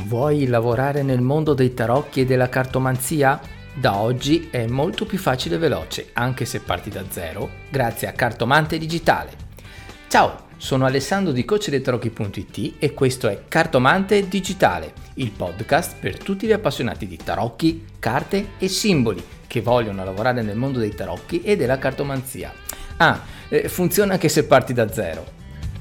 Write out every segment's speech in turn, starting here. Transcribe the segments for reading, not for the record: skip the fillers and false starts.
Vuoi lavorare nel mondo dei tarocchi e della cartomanzia? Da oggi è molto più facile e veloce, anche se parti da zero, grazie a Cartomante Digitale. Ciao, sono Alessandro di coachdeitarocchi.it e questo è Cartomante Digitale, il podcast per tutti gli appassionati di tarocchi, carte e simboli che vogliono lavorare nel mondo dei tarocchi e della cartomanzia. Funziona anche se parti da zero.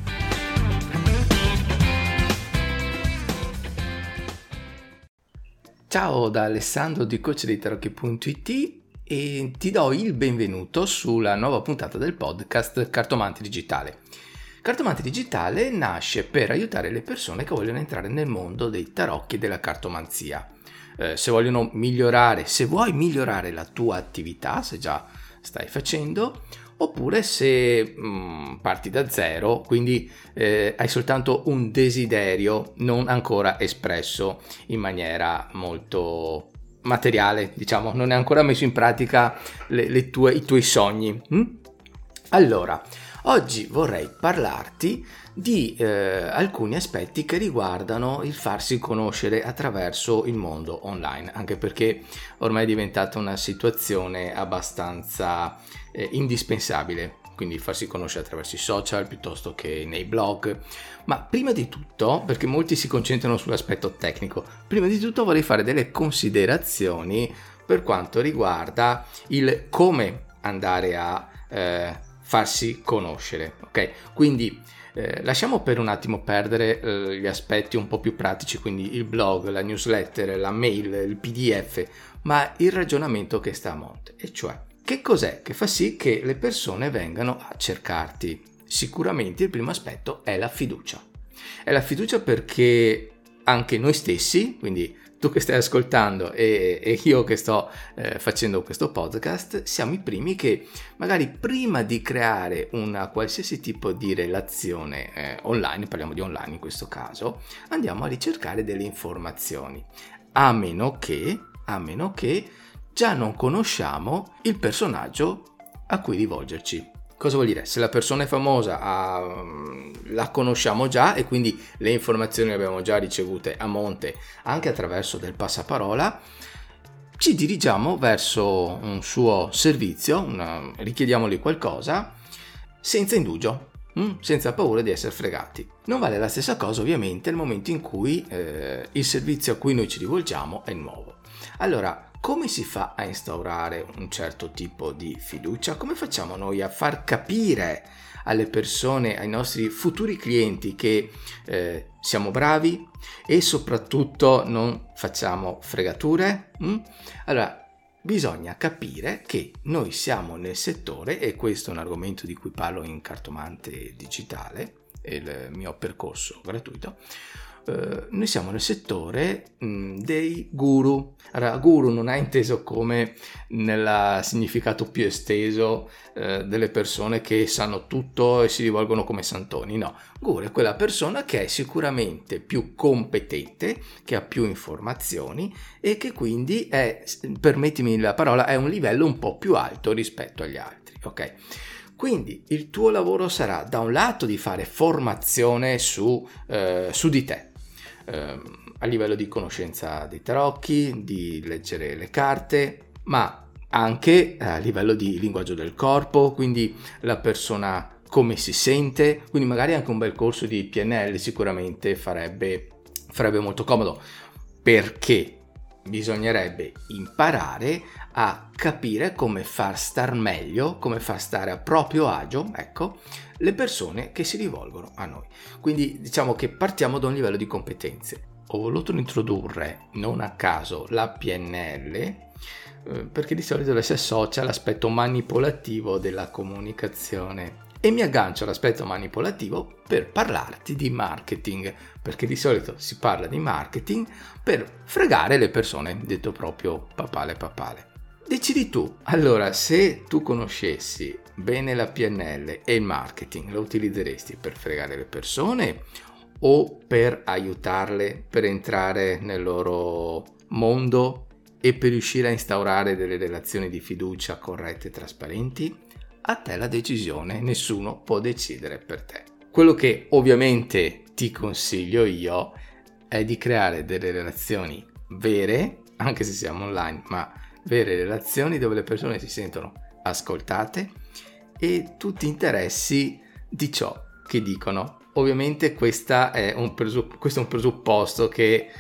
Ciao da Alessandro di coachdeitarocchi.it e ti do il benvenuto sulla nuova puntata del podcast Cartomante Digitale. Cartomante Digitale nasce per aiutare le persone che vogliono entrare nel mondo dei tarocchi e della cartomanzia. Se vuoi migliorare la tua attività, se già stai facendo, oppure se parti da zero, quindi hai soltanto un desiderio non ancora espresso in maniera molto materiale, diciamo, non hai ancora messo in pratica i tuoi sogni. Allora, oggi vorrei parlarti di alcuni aspetti che riguardano il farsi conoscere attraverso il mondo online, anche perché ormai è diventata una situazione abbastanza indispensabile, quindi farsi conoscere attraverso i social piuttosto che nei blog. Ma prima di tutto, perché molti si concentrano sull'aspetto tecnico, prima di tutto vorrei fare delle considerazioni per quanto riguarda il come andare a farsi conoscere, ok? Quindi lasciamo per un attimo perdere gli aspetti un po' più pratici, quindi il blog, la newsletter, la mail, il PDF, ma il ragionamento che sta a monte, e cioè che cos'è che fa sì che le persone vengano a cercarti? Sicuramente il primo aspetto è la fiducia. È la fiducia perché anche noi stessi, quindi tu che stai ascoltando e io che sto facendo questo podcast, siamo i primi che magari prima di creare una qualsiasi tipo di relazione online, parliamo di online in questo caso, andiamo a ricercare delle informazioni, a meno che già non conosciamo il personaggio a cui rivolgerci. Cosa vuol dire? Se la persona è famosa, la conosciamo già e quindi le informazioni le abbiamo già ricevute a monte anche attraverso del passaparola, ci dirigiamo verso un suo servizio, richiediamogli qualcosa senza indugio, senza paura di essere fregati. Non vale la stessa cosa ovviamente nel momento in cui il servizio a cui noi ci rivolgiamo è nuovo. Allora, come si fa a instaurare un certo tipo di fiducia? Come facciamo noi a far capire alle persone, ai nostri futuri clienti che siamo bravi e soprattutto non facciamo fregature? Allora, bisogna capire che noi siamo nel settore, e questo è un argomento di cui parlo in Cartomante Digitale, il mio percorso gratuito. Noi siamo nel settore dei guru. Allora, guru non è inteso come nel significato più esteso delle persone che sanno tutto e si rivolgono come santoni. No, guru è quella persona che è sicuramente più competente, che ha più informazioni e che quindi è, permettimi la parola, è un livello un po' più alto rispetto agli altri, ok? Quindi il tuo lavoro sarà da un lato di fare formazione su di te, a livello di conoscenza dei tarocchi, di leggere le carte, ma anche a livello di linguaggio del corpo, quindi la persona come si sente, quindi magari anche un bel corso di PNL sicuramente farebbe molto comodo, perché bisognerebbe imparare a capire come far star meglio, come far stare a proprio agio, ecco, le persone che si rivolgono a noi. Quindi diciamo che partiamo da un livello di competenze. Ho voluto introdurre non a caso la PNL perché di solito le si associa all'aspetto manipolativo della comunicazione e mi aggancio all'aspetto manipolativo per parlarti di marketing, perché di solito si parla di marketing per fregare le persone, detto proprio papale. Decidi tu. Allora, se tu conoscessi bene la PNL e il marketing, lo utilizzeresti per fregare le persone o per aiutarle per entrare nel loro mondo e per riuscire a instaurare delle relazioni di fiducia corrette e trasparenti? A te la decisione, nessuno può decidere per te. Quello che ovviamente ti consiglio io è di creare delle relazioni vere, anche se siamo online, ma vere relazioni dove le persone si sentono ascoltate e tutti interessi di ciò che dicono. Ovviamente questo è un presupposto che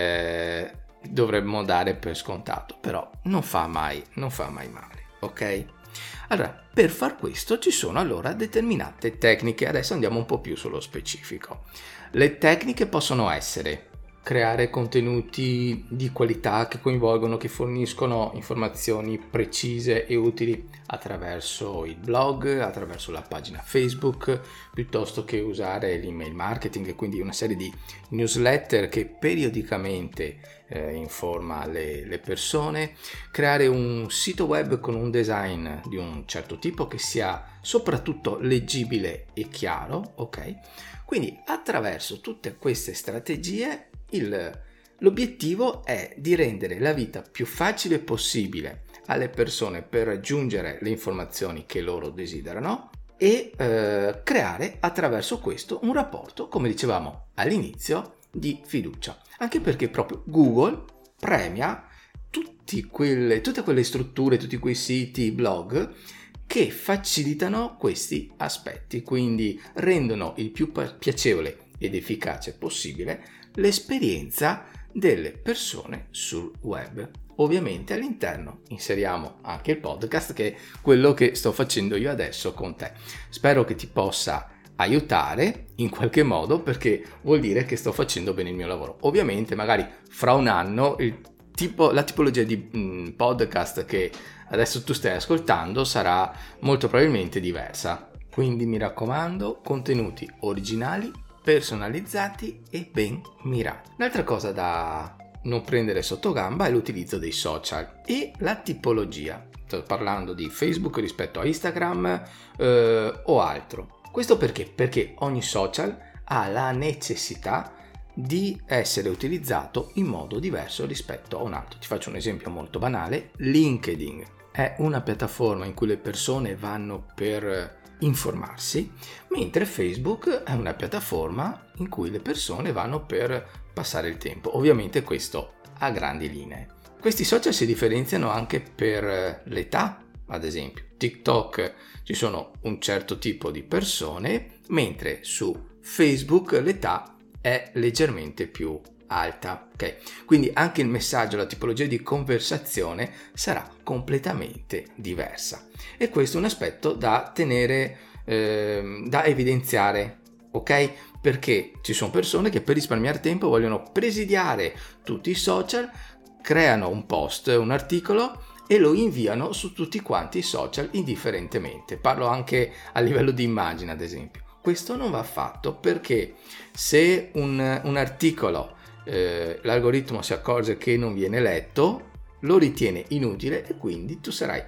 dovremmo dare per scontato, però non fa mai male, ok? Allora, per far questo ci sono allora determinate tecniche. Adesso andiamo un po' più sullo specifico. Le tecniche possono essere creare contenuti di qualità che coinvolgono, che forniscono informazioni precise e utili attraverso il blog, attraverso la pagina Facebook, piuttosto che usare l'email marketing, quindi una serie di newsletter che periodicamente informa le persone, creare un sito web con un design di un certo tipo che sia soprattutto leggibile e chiaro, ok? Quindi attraverso tutte queste strategie l'obiettivo è di rendere la vita più facile possibile alle persone per raggiungere le informazioni che loro desiderano e creare attraverso questo un rapporto, come dicevamo all'inizio, di fiducia. Anche perché proprio Google premia tutte quelle strutture, tutti quei siti, blog che facilitano questi aspetti, quindi rendono il più piacevole ed efficace possibile l'esperienza delle persone sul web. Ovviamente all'interno inseriamo anche il podcast, che è quello che sto facendo io adesso con te. Spero che ti possa aiutare in qualche modo, perché vuol dire che sto facendo bene il mio lavoro. Ovviamente magari fra un anno la tipologia di podcast che adesso tu stai ascoltando sarà molto probabilmente diversa. Quindi mi raccomando, contenuti originali, personalizzati e ben mirati. Un'altra cosa da non prendere sotto gamba è l'utilizzo dei social e la tipologia. Sto parlando di Facebook rispetto a Instagram o altro. Questo perché? Perché ogni social ha la necessità di essere utilizzato in modo diverso rispetto a un altro. Ti faccio un esempio molto banale. LinkedIn è una piattaforma in cui le persone vanno per informarsi, mentre Facebook è una piattaforma in cui le persone vanno per passare il tempo. Ovviamente questo a grandi linee. Questi social si differenziano anche per l'età, ad esempio. TikTok ci sono un certo tipo di persone, mentre su Facebook l'età è leggermente più alta, ok? Quindi anche il messaggio, la tipologia di conversazione sarà completamente diversa e questo è un aspetto da tenere, da evidenziare, ok? Perché ci sono persone che per risparmiare tempo vogliono presidiare tutti i social, creano un post, un articolo e lo inviano su tutti quanti i social indifferentemente. Parlo anche a livello di immagine, ad esempio. Questo non va fatto, perché se un articolo l'algoritmo si accorge che non viene letto, lo ritiene inutile e quindi tu sarai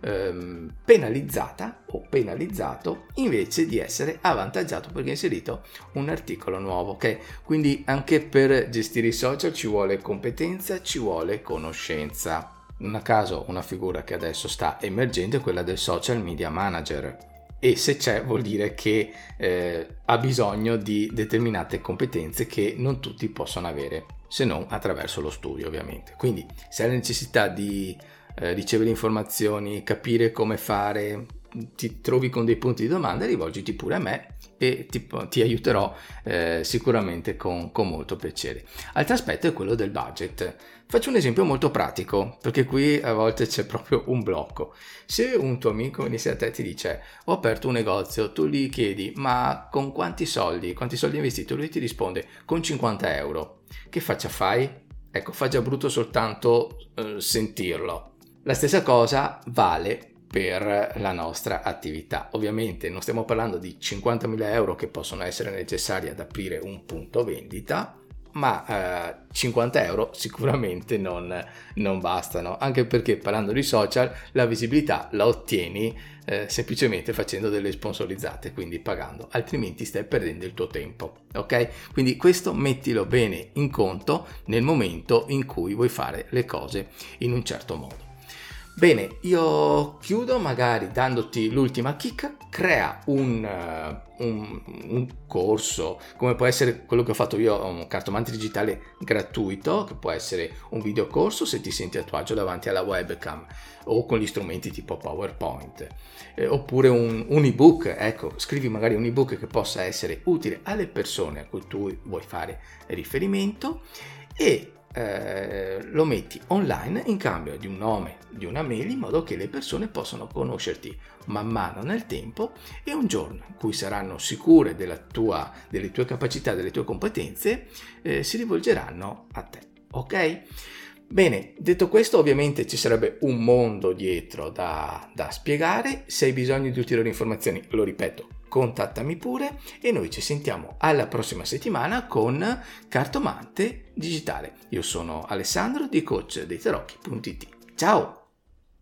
penalizzata o penalizzato invece di essere avvantaggiato perché hai inserito un articolo nuovo, ok? Quindi anche per gestire i social ci vuole competenza, ci vuole conoscenza. Non a caso una figura che adesso sta emergendo è quella del social media manager. E se c'è vuol dire che ha bisogno di determinate competenze che non tutti possono avere, se non attraverso lo studio ovviamente. Quindi se hai la necessità di ricevere informazioni, capire come fare, ti trovi con dei punti di domanda, rivolgiti pure a me e ti aiuterò sicuramente con molto piacere. Altro aspetto è quello del budget. Faccio un esempio molto pratico, perché qui a volte c'è proprio un blocco. Se un tuo amico venisse a te e ti dice ho aperto un negozio, tu gli chiedi ma con quanti soldi hai investito? Lui ti risponde con 50 euro. Che faccia fai? Ecco, fa già brutto soltanto sentirlo. La stessa cosa vale per la nostra attività. Ovviamente non stiamo parlando di 50.000 euro che possono essere necessari ad aprire un punto vendita, ma 50 euro sicuramente non bastano, anche perché parlando di social la visibilità la ottieni semplicemente facendo delle sponsorizzate, quindi pagando, altrimenti stai perdendo il tuo tempo, ok? Quindi questo mettilo bene in conto nel momento in cui vuoi fare le cose in un certo modo. Bene, io chiudo magari dandoti l'ultima chicca: crea un corso, come può essere quello che ho fatto io, un cartomante digitale gratuito, che può essere un videocorso se ti senti a tuo agio davanti alla webcam o con gli strumenti tipo PowerPoint, oppure un ebook. Ecco, scrivi magari un ebook che possa essere utile alle persone a cui tu vuoi fare riferimento e lo metti online in cambio di un nome, di una mail, in modo che le persone possano conoscerti man mano nel tempo, e un giorno in cui saranno sicure delle tue capacità, delle tue competenze, si rivolgeranno a te. Ok? Bene, detto questo, ovviamente ci sarebbe un mondo dietro da spiegare. Se hai bisogno di ulteriori informazioni, lo ripeto, contattami pure, e noi ci sentiamo alla prossima settimana con Cartomante Digitale. Io sono Alessandro di coachdeitarocchi.it. Ciao!